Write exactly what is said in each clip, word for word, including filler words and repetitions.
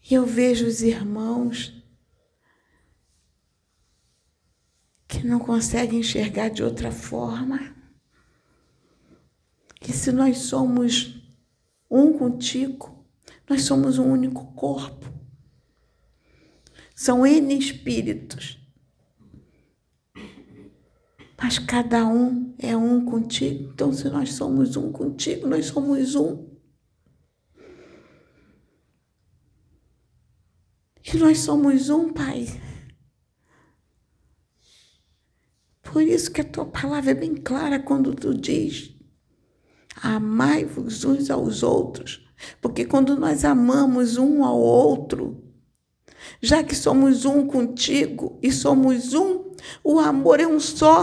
E eu vejo os irmãos que não conseguem enxergar de outra forma. Que se nós somos um contigo, nós somos um único corpo. São N espíritos, mas cada um é um contigo. Então, se nós somos um contigo, nós somos um. E nós somos um, Pai. Por isso que a tua palavra é bem clara quando tu diz: amai-vos uns aos outros. Porque quando nós amamos um ao outro, já que somos um contigo e somos um, o amor é um só.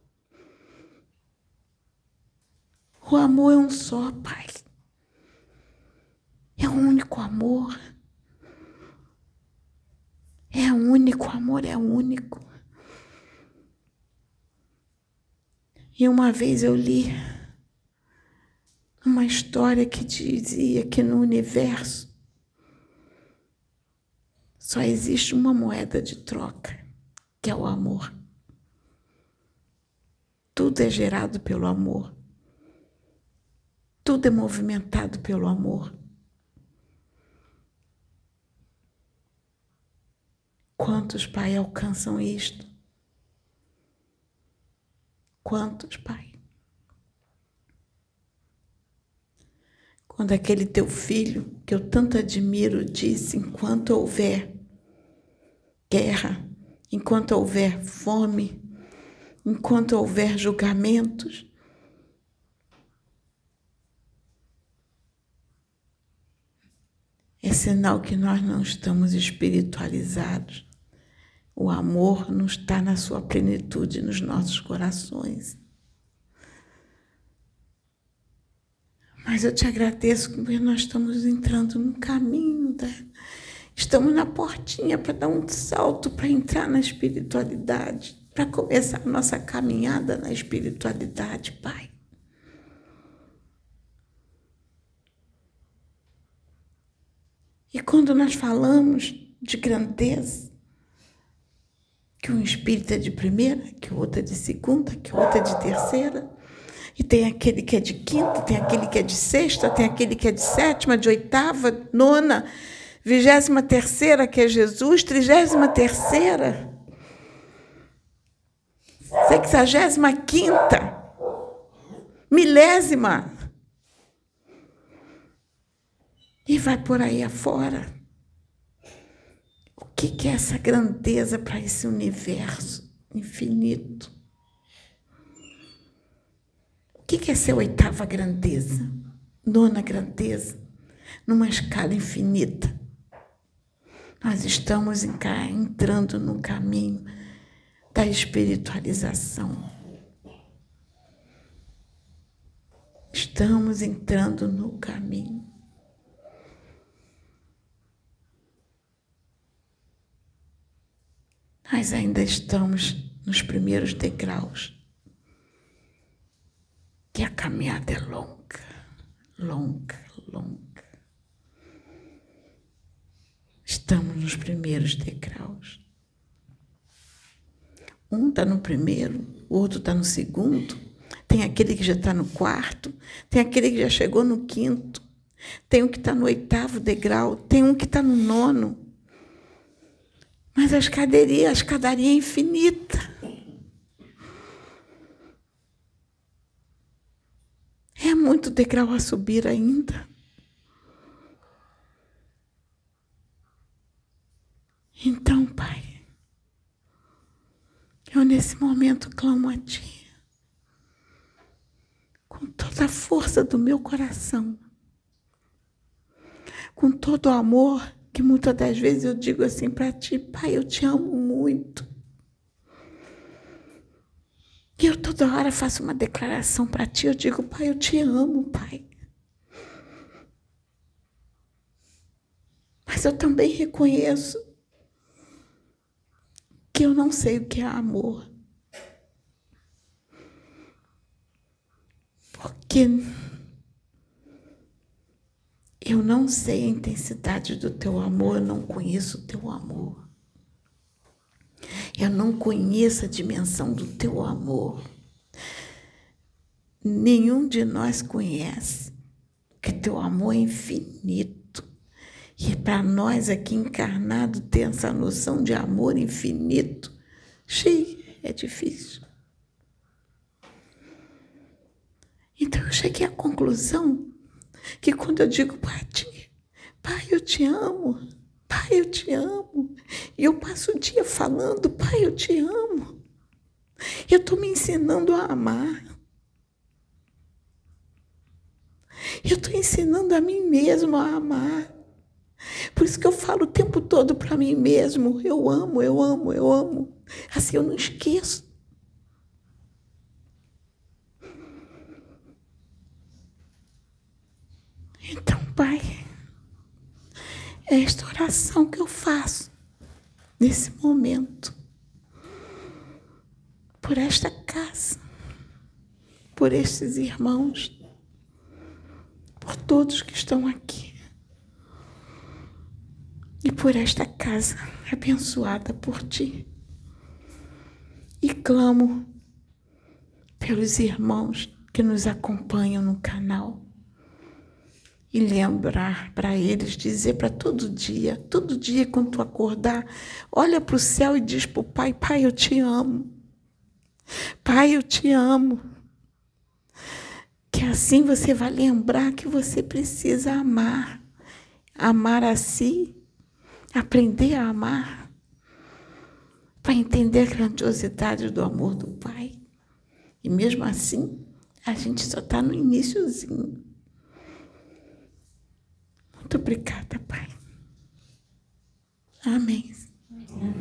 O amor é um só, Pai. É um único amor. É um único amor, é único. E uma vez eu li uma história que dizia que no universo só existe uma moeda de troca, que é o amor. Tudo é gerado pelo amor. Tudo é movimentado pelo amor. Quantos, Pai, alcançam isto? Quantos, Pai? Quando aquele teu filho, que eu tanto admiro, disse: enquanto houver guerra, enquanto houver fome, enquanto houver julgamentos, é sinal que nós não estamos espiritualizados. O amor não está na sua plenitude nos nossos corações. Mas eu te agradeço porque nós estamos entrando no caminho, da... estamos na portinha para dar um salto, para entrar na espiritualidade, para começar a nossa caminhada na espiritualidade, Pai. E quando nós falamos de grandeza, que um espírito é de primeira, que o outro é de segunda, que o outro é de terceira, e tem aquele que é de quinta, tem aquele que é de sexta, tem aquele que é de sétima, de oitava, nona, vigésima terceira, que é Jesus, trigésima terceira, sexagésima quinta, milésima. E vai por aí afora. O que, que é essa grandeza para esse universo infinito? O que, que é ser oitava grandeza? Nona grandeza? Numa escala infinita. Nós estamos entrando no caminho da espiritualização. Estamos entrando no caminho. Nós ainda estamos nos primeiros degraus. Que a caminhada é longa, longa, longa. Estamos nos primeiros degraus. Um está no primeiro, o outro está no segundo. Tem aquele que já está no quarto, tem aquele que já chegou no quinto, tem um que está no oitavo degrau, tem um que está no nono. Mas a escadaria, a escadaria é infinita. É muito degrau a subir ainda. Então, Pai, eu nesse momento clamo a Ti, com toda a força do meu coração, com todo o amor, que muitas das vezes eu digo assim para Ti: Pai, eu Te amo muito. E eu toda hora faço uma declaração para Ti, eu digo: Pai, eu Te amo, Pai. Mas eu também reconheço que eu não sei o que é amor. Porque Eu não sei a intensidade do teu amor, eu não conheço o teu amor. Eu não conheço a dimensão do teu amor. Nenhum de nós conhece, que teu amor é infinito. E para nós aqui encarnados ter essa noção de amor infinito, cheio, é difícil. Então eu cheguei à conclusão que quando eu digo para ti, pai, eu te amo, pai, eu te amo, e eu passo o dia falando, pai, eu te amo, eu estou me ensinando a amar. Eu estou ensinando a mim mesmo a amar. Por isso que eu falo o tempo todo para mim mesmo, eu amo, eu amo, eu amo. Assim eu não esqueço. Então, Pai, é esta oração que eu faço nesse momento. Por esta casa, por estes irmãos, por todos que estão aqui. E por esta casa abençoada por ti. E clamo pelos irmãos que nos acompanham no canal. E lembrar para eles, dizer para todo dia, todo dia quando tu acordar, olha para o céu e diz para o Pai, Pai, eu te amo. Pai, eu te amo. Que assim você vai lembrar que você precisa amar. Amar a si. Aprender a amar. Para entender a grandiosidade do amor do Pai. E mesmo assim, a gente só está no iniciozinho. Muito obrigada, Pai. Amém.